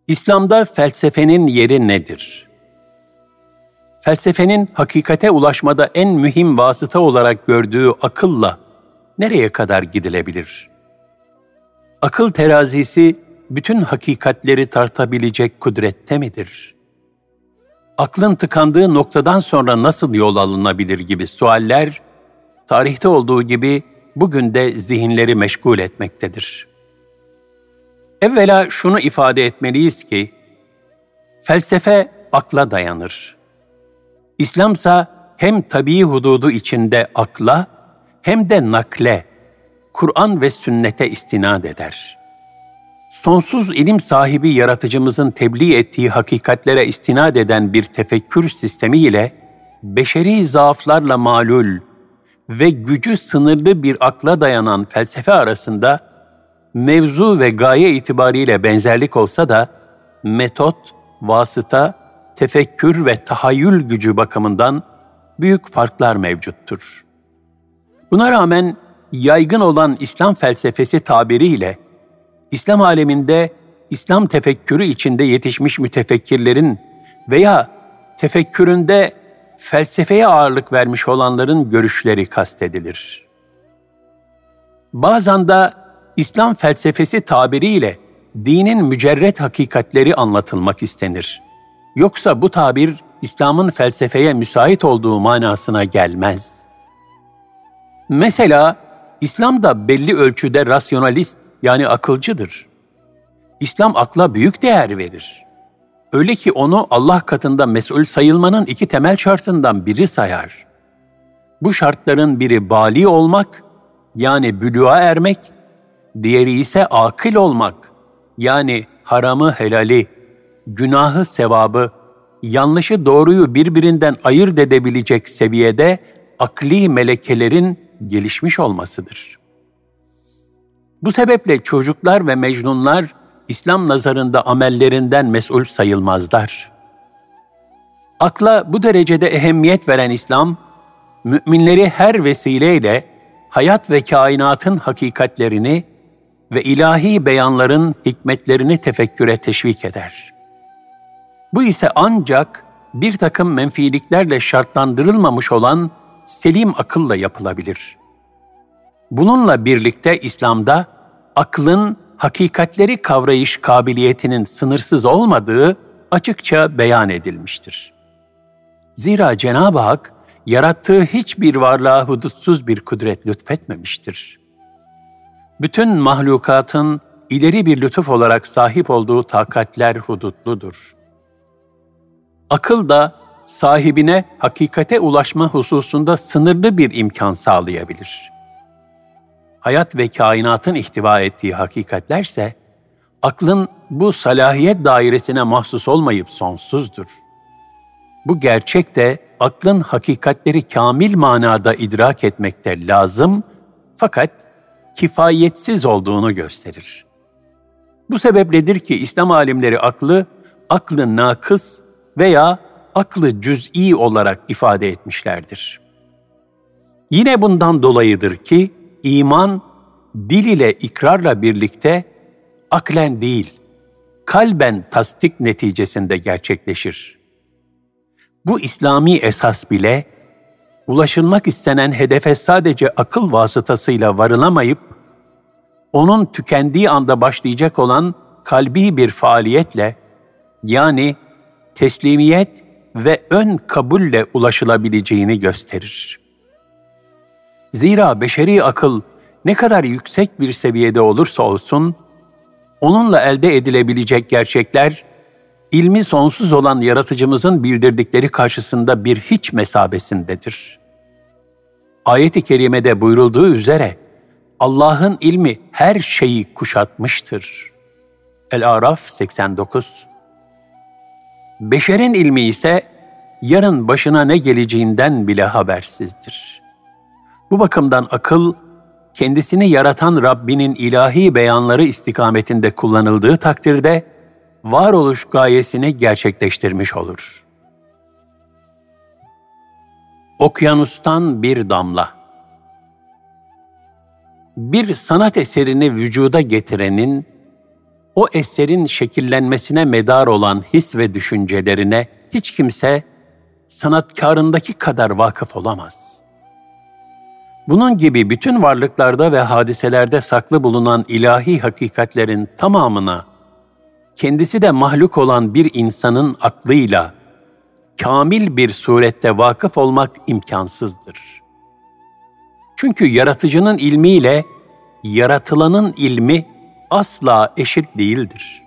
İslam'da felsefenin yeri nedir? Felsefenin hakikate ulaşmada en mühim vasıta olarak gördüğü akılla nereye kadar gidilebilir? Akıl terazisi bütün hakikatleri tartabilecek kudrette midir? Aklın tıkandığı noktadan sonra nasıl yol alınabilir gibi sualler, tarihte olduğu gibi bugün de zihinleri meşgul etmektedir. Evvela şunu ifade etmeliyiz ki, felsefe akla dayanır. İslamsa hem tabii hududu içinde akla, hem de nakle, Kur'an ve sünnete istinad eder. Sonsuz ilim sahibi yaratıcımızın tebliğ ettiği hakikatlere istinad eden bir tefekkür sistemi ile beşeri zaaflarla malul ve gücü sınırlı bir akla dayanan felsefe arasında mevzu ve gaye itibariyle benzerlik olsa da metot, vasıta, tefekkür ve tahayyül gücü bakımından büyük farklar mevcuttur. Buna rağmen yaygın olan İslam felsefesi tabiriyle İslam aleminde İslam tefekkürü içinde yetişmiş mütefekkirlerin veya tefekküründe felsefeye ağırlık vermiş olanların görüşleri kastedilir. Bazen de İslam felsefesi tabiriyle dinin mücerret hakikatleri anlatılmak istenir. Yoksa bu tabir İslam'ın felsefeye müsait olduğu manasına gelmez. Mesela İslam da belli ölçüde rasyonalist yani akılcıdır. İslam akla büyük değer verir. Öyle ki onu Allah katında mesul sayılmanın iki temel şartından biri sayar. Bu şartların biri bâli olmak yani bülûğa ermek, diğeri ise akıl olmak yani haramı helali, günahı sevabı, yanlışı doğruyu birbirinden ayırt edebilecek seviyede akli melekelerin gelişmiş olmasıdır. Bu sebeple çocuklar ve mecnunlar İslam nazarında amellerinden mesul sayılmazlar. Akla bu derecede ehemmiyet veren İslam, müminleri her vesileyle hayat ve kainatın hakikatlerini ve ilahi beyanların hikmetlerini tefekküre teşvik eder. Bu ise ancak bir takım menfiliklerle şartlandırılmamış olan selim akılla yapılabilir. Bununla birlikte İslam'da aklın hakikatleri kavrayış kabiliyetinin sınırsız olmadığı açıkça beyan edilmiştir. Zira Cenab-ı Hak yarattığı hiçbir varlığa hudutsuz bir kudret lütfetmemiştir. Bütün mahlukatın ileri bir lütuf olarak sahip olduğu takatler hudutludur. Akıl da sahibine hakikate ulaşma hususunda sınırlı bir imkan sağlayabilir. Hayat ve kainatın ihtiva ettiği hakikatlerse, aklın bu salahiyet dairesine mahsus olmayıp sonsuzdur. Bu gerçek de aklın hakikatleri kamil manada idrak etmekte lazım fakat kifayetsiz olduğunu gösterir. Bu sebepledir ki İslam alimleri aklı nakıs veya aklı cüz'i olarak ifade etmişlerdir. Yine bundan dolayıdır ki iman, dil ile ikrarla birlikte aklen değil, kalben tasdik neticesinde gerçekleşir. Bu İslami esas bile, ulaşılmak istenen hedefe sadece akıl vasıtasıyla varılamayıp, onun tükendiği anda başlayacak olan kalbi bir faaliyetle, yani teslimiyet ve ön kabulle ulaşılabileceğini gösterir. Zira beşeri akıl ne kadar yüksek bir seviyede olursa olsun, onunla elde edilebilecek gerçekler, ilmi sonsuz olan yaratıcımızın bildirdikleri karşısında bir hiç mesabesindedir. Ayet-i kerimede buyurulduğu üzere, Allah'ın ilmi her şeyi kuşatmıştır. El-Araf 89. Beşerin ilmi ise yarın başına ne geleceğinden bile habersizdir. Bu bakımdan akıl, kendisini yaratan Rabbinin ilahi beyanları istikametinde kullanıldığı takdirde, varoluş gayesini gerçekleştirmiş olur. Okyanustan bir damla. Bir sanat eserini vücuda getirenin, o eserin şekillenmesine medar olan his ve düşüncelerine hiç kimse sanatkarındaki kadar vakıf olamaz. Bunun gibi bütün varlıklarda ve hadiselerde saklı bulunan ilahi hakikatlerin tamamına, kendisi de mahluk olan bir insanın aklıyla, kamil bir surette vakıf olmak imkansızdır. Çünkü yaratıcının ilmiyle yaratılanın ilmi asla eşit değildir.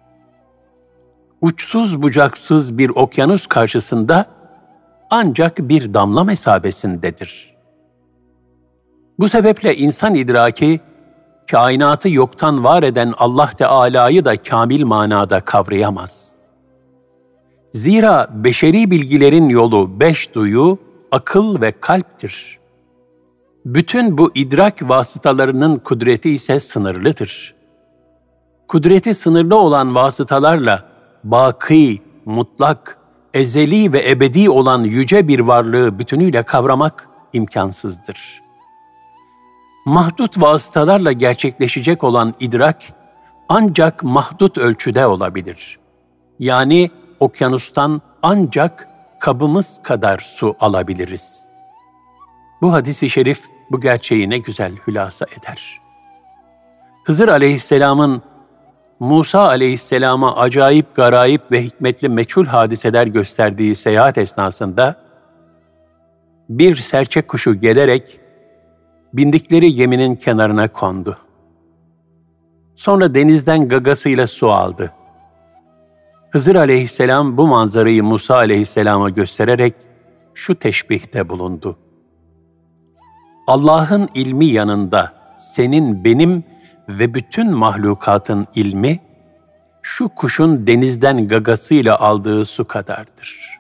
Uçsuz bucaksız bir okyanus karşısında ancak bir damla mesabesindedir. Bu sebeple insan idraki, kainatı yoktan var eden Allah Teala'yı da kamil manada kavrayamaz. Zira beşeri bilgilerin yolu 5 duyu, akıl ve kalptir. Bütün bu idrak vasıtalarının kudreti ise sınırlıdır. Kudreti sınırlı olan vasıtalarla baki, mutlak, ezeli ve ebedi olan yüce bir varlığı bütünüyle kavramak imkansızdır. Mahdut vasıtalarla gerçekleşecek olan idrak ancak mahdut ölçüde olabilir. Yani okyanustan ancak kabımız kadar su alabiliriz. Bu hadis-i şerif bu gerçeği ne güzel hülasa eder. Hızır aleyhisselamın Musa aleyhisselama acayip, garayip ve hikmetli meçhul hadiseler gösterdiği seyahat esnasında bir serçe kuşu gelerek bindikleri geminin kenarına kondu. Sonra denizden gagasıyla su aldı. Hızır aleyhisselam bu manzarayı Musa aleyhisselama göstererek şu teşbihte bulundu. Allah'ın ilmi yanında senin, benim ve bütün mahlukatın ilmi, şu kuşun denizden gagasıyla aldığı su kadardır.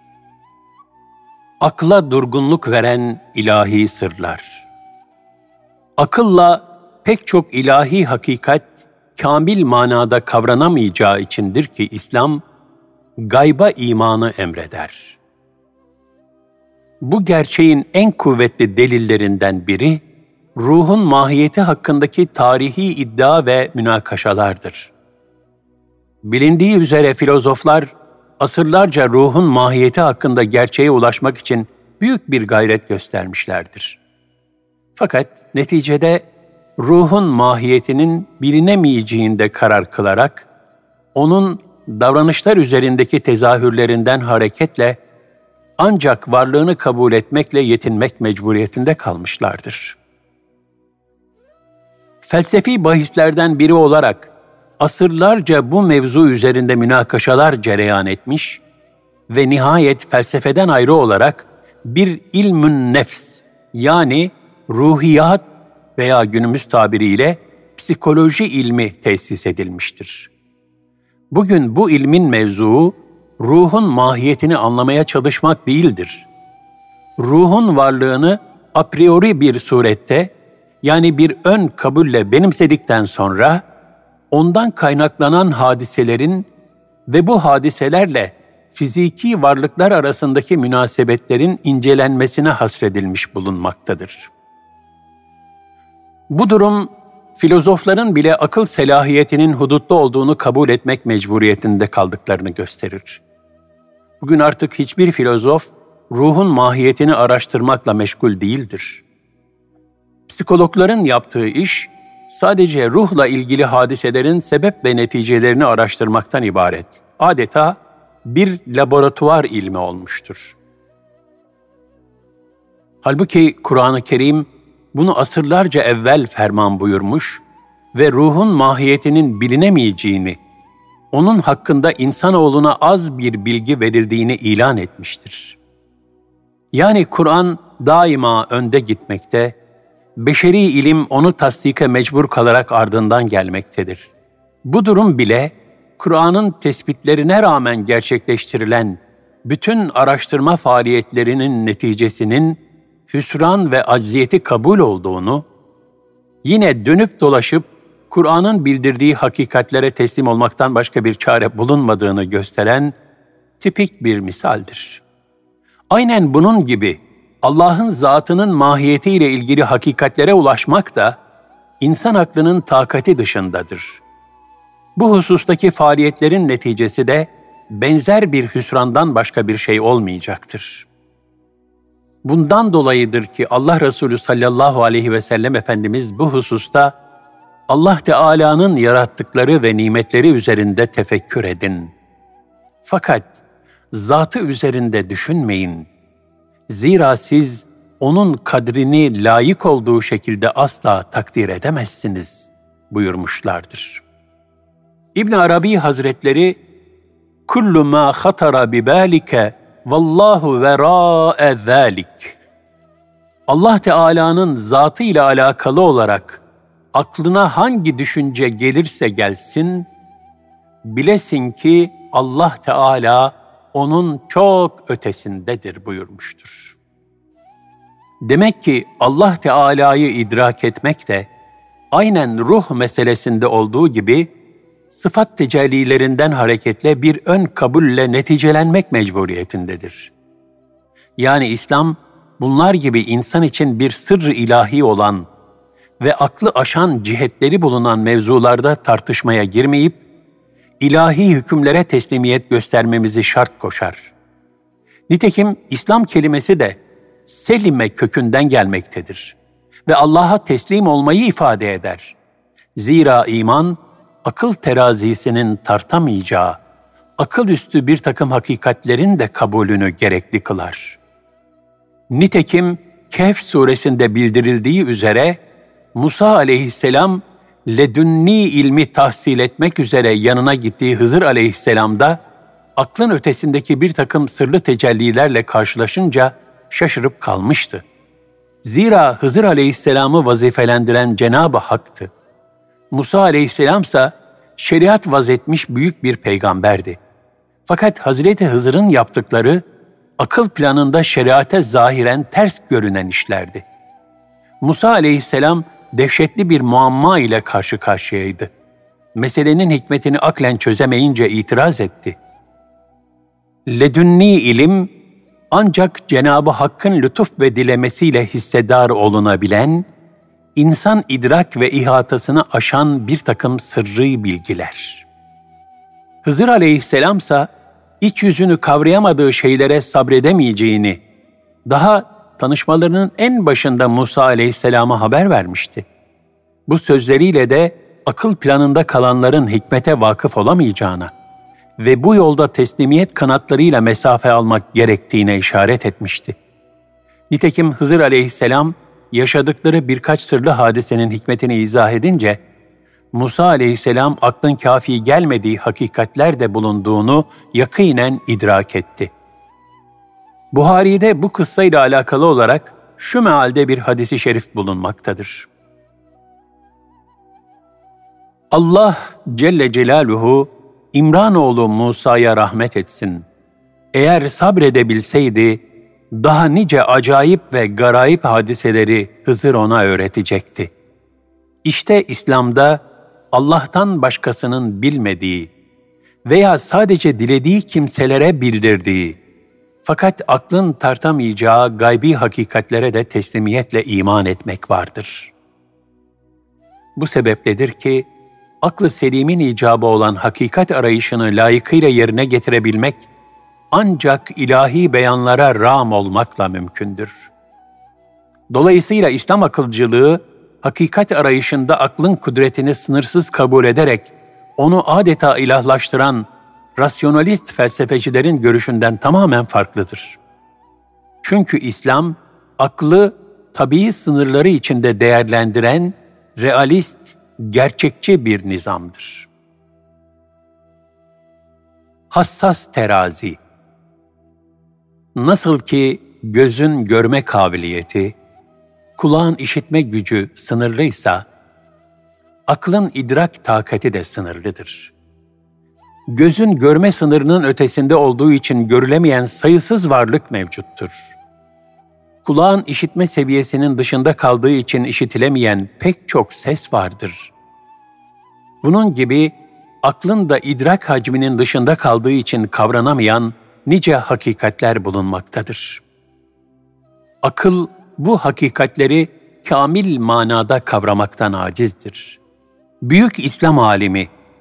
Akla durgunluk veren ilahi sırlar. Akılla pek çok ilahi hakikat, kamil manada kavranamayacağı içindir ki İslam, gayba imanı emreder. Bu gerçeğin en kuvvetli delillerinden biri, ruhun mahiyeti hakkındaki tarihi iddia ve münakaşalardır. Bilindiği üzere filozoflar, asırlarca ruhun mahiyeti hakkında gerçeğe ulaşmak için büyük bir gayret göstermişlerdir. Fakat neticede ruhun mahiyetinin bilinemeyeceğinde karar kılarak, onun davranışlar üzerindeki tezahürlerinden hareketle ancak varlığını kabul etmekle yetinmek mecburiyetinde kalmışlardır. Felsefi bahislerden biri olarak asırlarca bu mevzu üzerinde münakaşalar cereyan etmiş ve nihayet felsefeden ayrı olarak bir ilmün nefs, yani ruhiyat veya günümüz tabiriyle psikoloji ilmi tesis edilmiştir. Bugün bu ilmin mevzuu, ruhun mahiyetini anlamaya çalışmak değildir. Ruhun varlığını a priori bir surette, yani bir ön kabulle benimsedikten sonra, ondan kaynaklanan hadiselerin ve bu hadiselerle fiziki varlıklar arasındaki münasebetlerin incelenmesine hasredilmiş bulunmaktadır. Bu durum, filozofların bile akıl selahiyetinin hudutlu olduğunu kabul etmek mecburiyetinde kaldıklarını gösterir. Bugün artık hiçbir filozof, ruhun mahiyetini araştırmakla meşgul değildir. Psikologların yaptığı iş, sadece ruhla ilgili hadiselerin sebep ve neticelerini araştırmaktan ibaret. Adeta bir laboratuvar ilmi olmuştur. Halbuki Kur'an-ı Kerim bunu asırlarca evvel ferman buyurmuş ve ruhun mahiyetinin bilinemeyeceğini, onun hakkında insanoğluna az bir bilgi verildiğini ilan etmiştir. Yani Kur'an daima önde gitmekte, beşeri ilim onu tasdike mecbur kalarak ardından gelmektedir. Bu durum bile Kur'an'ın tespitlerine rağmen gerçekleştirilen bütün araştırma faaliyetlerinin neticesinin hüsran ve acziyeti kabul olduğunu, yine dönüp dolaşıp Kur'an'ın bildirdiği hakikatlere teslim olmaktan başka bir çare bulunmadığını gösteren tipik bir misaldir. Aynen bunun gibi Allah'ın zatının mahiyetiyle ilgili hakikatlere ulaşmak da insan aklının takati dışındadır. Bu husustaki faaliyetlerin neticesi de benzer bir hüsrandan başka bir şey olmayacaktır. Bundan dolayıdır ki Allah Resulü sallallahu aleyhi ve sellem Efendimiz bu hususta Allah Teala'nın yarattıkları ve nimetleri üzerinde tefekkür edin. Fakat zatı üzerinde düşünmeyin. Zira siz onun kadrini layık olduğu şekilde asla takdir edemezsiniz buyurmuşlardır. İbn Arabi Hazretleri, "Kullu ma khatara bi balike vallahu vera'e zalik." Allah Teala'nın zatı ile alakalı olarak aklına hangi düşünce gelirse gelsin, bilesin ki Allah Teala onun çok ötesindedir buyurmuştur. Demek ki Allah Teala'yı idrak etmek de aynen ruh meselesinde olduğu gibi sıfat tecellilerinden hareketle bir ön kabulle neticelenmek mecburiyetindedir. Yani İslam bunlar gibi insan için bir sırrı ilahi olan ve aklı aşan cihetleri bulunan mevzularda tartışmaya girmeyip, ilahi hükümlere teslimiyet göstermemizi şart koşar. Nitekim İslam kelimesi de selime kökünden gelmektedir ve Allah'a teslim olmayı ifade eder. Zira iman, akıl terazisinin tartamayacağı, akıl üstü bir takım hakikatlerin de kabulünü gerekli kılar. Nitekim Kehf suresinde bildirildiği üzere, Musa aleyhisselam, ledünni ilmi tahsil etmek üzere yanına gittiği Hızır aleyhisselamda, aklın ötesindeki bir takım sırlı tecellilerle karşılaşınca şaşırıp kalmıştı. Zira Hızır aleyhisselamı vazifelendiren Cenab-ı Hak'tı. Musa aleyhisselamsa şeriat vazetmiş büyük bir peygamberdi. Fakat Hazreti Hızır'ın yaptıkları, akıl planında şeriate zahiren ters görünen işlerdi. Musa aleyhisselam dehşetli bir muamma ile karşı karşıyaydı. Meselenin hikmetini aklen çözemeyince itiraz etti. Ledünni ilim, ancak Cenab-ı Hakk'ın lütuf ve dilemesiyle hissedar olunabilen, insan idrak ve ihatasını aşan bir takım sırrı bilgiler. Hızır aleyhisselamsa, iç yüzünü kavrayamadığı şeylere sabredemeyeceğini, daha tanışmalarının en başında Musa aleyhisselama haber vermişti. Bu sözleriyle de akıl planında kalanların hikmete vakıf olamayacağına ve bu yolda teslimiyet kanatlarıyla mesafe almak gerektiğine işaret etmişti. Nitekim Hızır aleyhisselam yaşadıkları birkaç sırlı hadisenin hikmetini izah edince, Musa aleyhisselam aklın kafi gelmediği hakikatler de bulunduğunu yakînen idrak etti. Buhari'de bu kıssayla alakalı olarak şu mealde bir hadis-i şerif bulunmaktadır. Allah Celle Celaluhu İmranoğlu Musa'ya rahmet etsin. Eğer sabredebilseydi, daha nice acayip ve garayip hadiseleri Hızır ona öğretecekti. İşte İslam'da Allah'tan başkasının bilmediği veya sadece dilediği kimselere bildirdiği, fakat aklın tartamayacağı gaybi hakikatlere de teslimiyetle iman etmek vardır. Bu sebepledir ki, aklı selimin icabı olan hakikat arayışını layıkıyla yerine getirebilmek, ancak ilahi beyanlara rağm olmakla mümkündür. Dolayısıyla İslam akılcılığı, hakikat arayışında aklın kudretini sınırsız kabul ederek, onu adeta ilahlaştıran rasyonalist felsefecilerin görüşünden tamamen farklıdır. Çünkü İslam, aklı tabii sınırları içinde değerlendiren, realist, gerçekçi bir nizamdır. Hassas terazi. Nasıl ki gözün görme kabiliyeti, kulağın işitme gücü sınırlıysa, aklın idrak takati de sınırlıdır. Gözün görme sınırının ötesinde olduğu için görülemeyen sayısız varlık mevcuttur. Kulağın işitme seviyesinin dışında kaldığı için işitilemeyen pek çok ses vardır. Bunun gibi aklın da idrak hacminin dışında kaldığı için kavranamayan nice hakikatler bulunmaktadır. Akıl bu hakikatleri kamil manada kavramaktan acizdir. Büyük İslam alimi,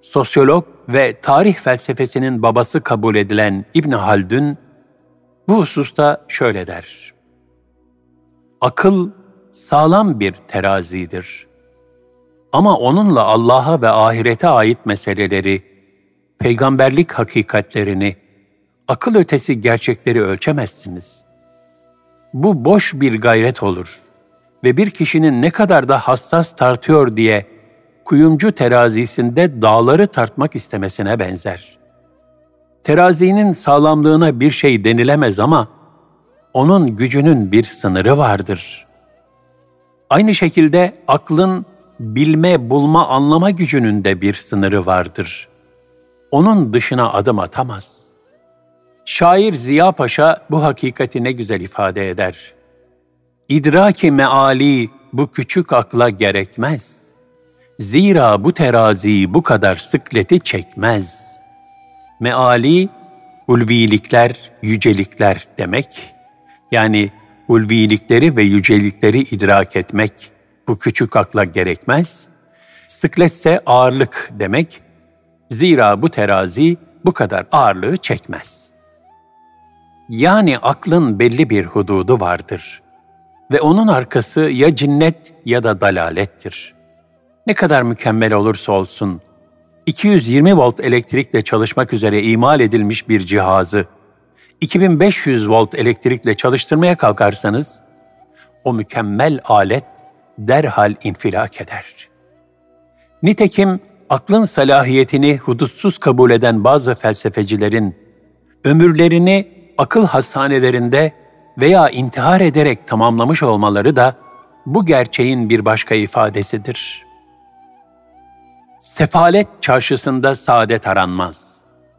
sosyolog ve tarih felsefesinin babası kabul edilen İbn Haldun, bu hususta şöyle der: akıl sağlam bir terazidir. Ama onunla Allah'a ve ahirete ait meseleleri, peygamberlik hakikatlerini, akıl ötesi gerçekleri ölçemezsiniz. Bu boş bir gayret olur ve bir kişinin ne kadar da hassas tartıyor diye kuyumcu terazisinde dağları tartmak istemesine benzer. Terazinin sağlamlığına bir şey denilemez ama onun gücünün bir sınırı vardır. Aynı şekilde aklın bilme, bulma, anlama gücünün de bir sınırı vardır. Onun dışına adım atamaz. Şair Ziya Paşa bu hakikati ne güzel ifade eder. İdraki meali bu küçük akla gerekmez. Zira bu terazi bu kadar sıkleti çekmez. Meali, ulvilikler, yücelikler demek. Yani ulvilikleri ve yücelikleri idrak etmek bu küçük akla gerekmez. Sıkletse ağırlık demek. Zira bu terazi bu kadar ağırlığı çekmez. Yani aklın belli bir hududu vardır ve onun arkası ya cinnet ya da dalalettir. Ne kadar mükemmel olursa olsun, 220 volt elektrikle çalışmak üzere imal edilmiş bir cihazı 2500 volt elektrikle çalıştırmaya kalkarsanız, o mükemmel alet derhal infilak eder. Nitekim aklın salahiyetini hudutsuz kabul eden bazı felsefecilerin ömürlerini akıl hastanelerinde veya intihar ederek tamamlamış olmaları da bu gerçeğin bir başka ifadesidir. Sefalet çarşısında saadet aranmaz.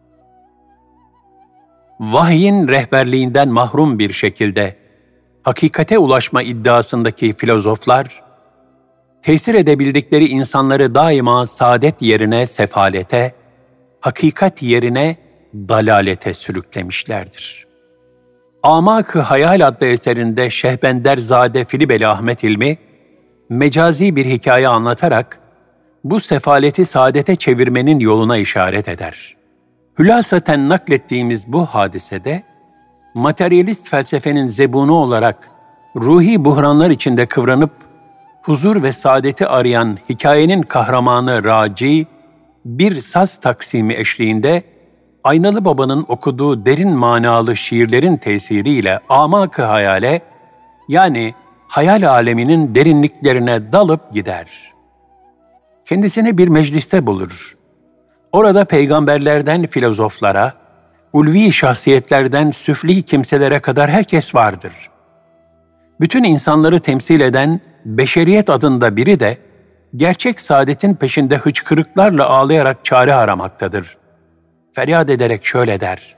Vahyin rehberliğinden mahrum bir şekilde hakikate ulaşma iddiasındaki filozoflar, tesir edebildikleri insanları daima saadet yerine sefalete, hakikat yerine dalalete sürüklemişlerdir. Amak-ı Hayal adlı eserinde Şehbenderzade Filibeli Ahmet İlmi, mecazi bir hikaye anlatarak bu sefaleti saadete çevirmenin yoluna işaret eder. Hülasaten naklettiğimiz bu hadisede, materyalist felsefenin zebunu olarak ruhi buhranlar içinde kıvranıp huzur ve saadeti arayan hikayenin kahramanı Raci, bir saz taksimi eşliğinde Aynalı Baba'nın okuduğu derin manalı şiirlerin tesiriyle amak-ı hayale, yani hayal aleminin derinliklerine dalıp gider. Kendisini bir mecliste bulur. Orada peygamberlerden filozoflara, ulvi şahsiyetlerden süfli kimselere kadar herkes vardır. Bütün insanları temsil eden beşeriyet adında biri de gerçek saadetin peşinde hıçkırıklarla ağlayarak çare aramaktadır. Feryat ederek şöyle der: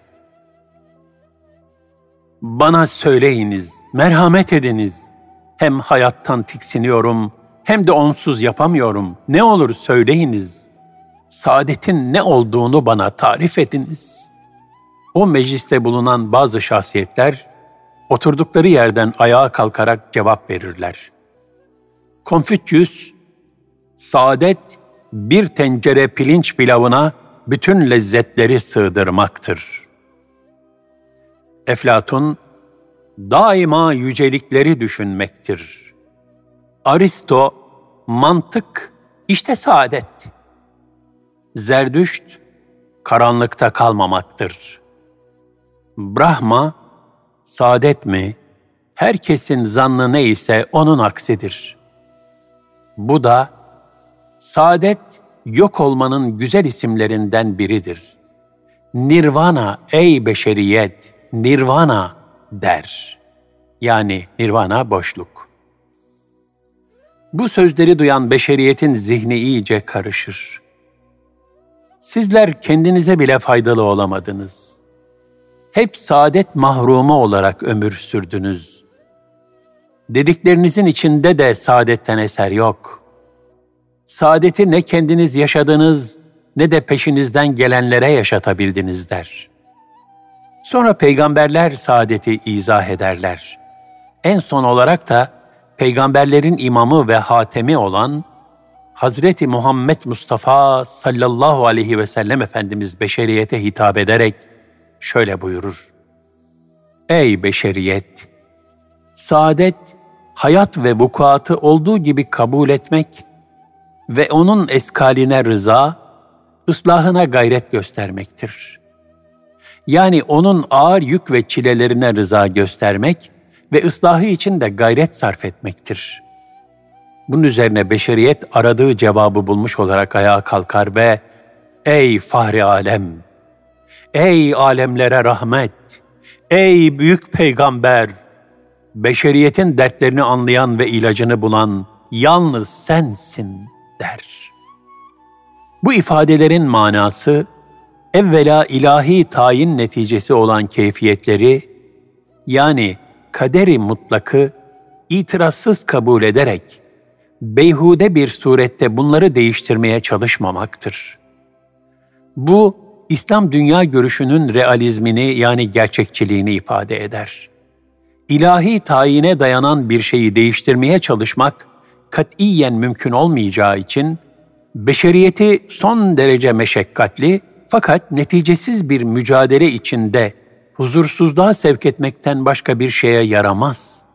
"Bana söyleyiniz, merhamet ediniz. Hem hayattan tiksiniyorum, hem de onsuz yapamıyorum. Ne olur söyleyiniz. Saadetin ne olduğunu bana tarif ediniz." O mecliste bulunan bazı şahsiyetler, oturdukları yerden ayağa kalkarak cevap verirler. Konfüçyüs, "Saadet, bir tencere pirinç pilavına bütün lezzetleri sığdırmaktır." Eflatun, "Daima yücelikleri düşünmektir." Aristo, "Mantık, işte saadet." Zerdüşt, "Karanlıkta kalmamaktır." Brahma, "Saadet mi? Herkesin zannı neyse onun aksidir." Bu da, "Saadet, yok olmanın güzel isimlerinden biridir. Nirvana ey beşeriyet, nirvana" der. Yani nirvana boşluk. Bu sözleri duyan beşeriyetin zihni iyice karışır. Sizler kendinize bile faydalı olamadınız. Hep saadet mahrumu olarak ömür sürdünüz. Dediklerinizin içinde de saadetten eser yok. Saadeti ne kendiniz yaşadınız, ne de peşinizden gelenlere yaşatabildiniz der. Sonra peygamberler saadeti izah ederler. En son olarak da peygamberlerin imamı ve hatemi olan Hazreti Muhammed Mustafa sallallahu aleyhi ve sellem Efendimiz beşeriyete hitap ederek şöyle buyurur: Ey beşeriyet! Saadet, hayat ve vukuatı olduğu gibi kabul etmek ve onun eskaline rıza, ıslahına gayret göstermektir. Yani onun ağır yük ve çilelerine rıza göstermek ve ıslahı için de gayret sarf etmektir. Bunun üzerine beşeriyet aradığı cevabı bulmuş olarak ayağa kalkar ve ''Ey fahri alem, ey alemlere rahmet, ey büyük peygamber, beşeriyetin dertlerini anlayan ve ilacını bulan yalnız sensin.'' der. Bu ifadelerin manası, evvela ilahi tayin neticesi olan keyfiyetleri, yani kaderi mutlakı itirazsız kabul ederek, beyhude bir surette bunları değiştirmeye çalışmamaktır. Bu, İslam dünya görüşünün realizmini yani gerçekçiliğini ifade eder. İlahi tayine dayanan bir şeyi değiştirmeye çalışmak, katiyen mümkün olmayacağı için, beşeriyeti son derece meşakkatli fakat neticesiz bir mücadele içinde huzursuzluğa sevk etmekten başka bir şeye yaramaz.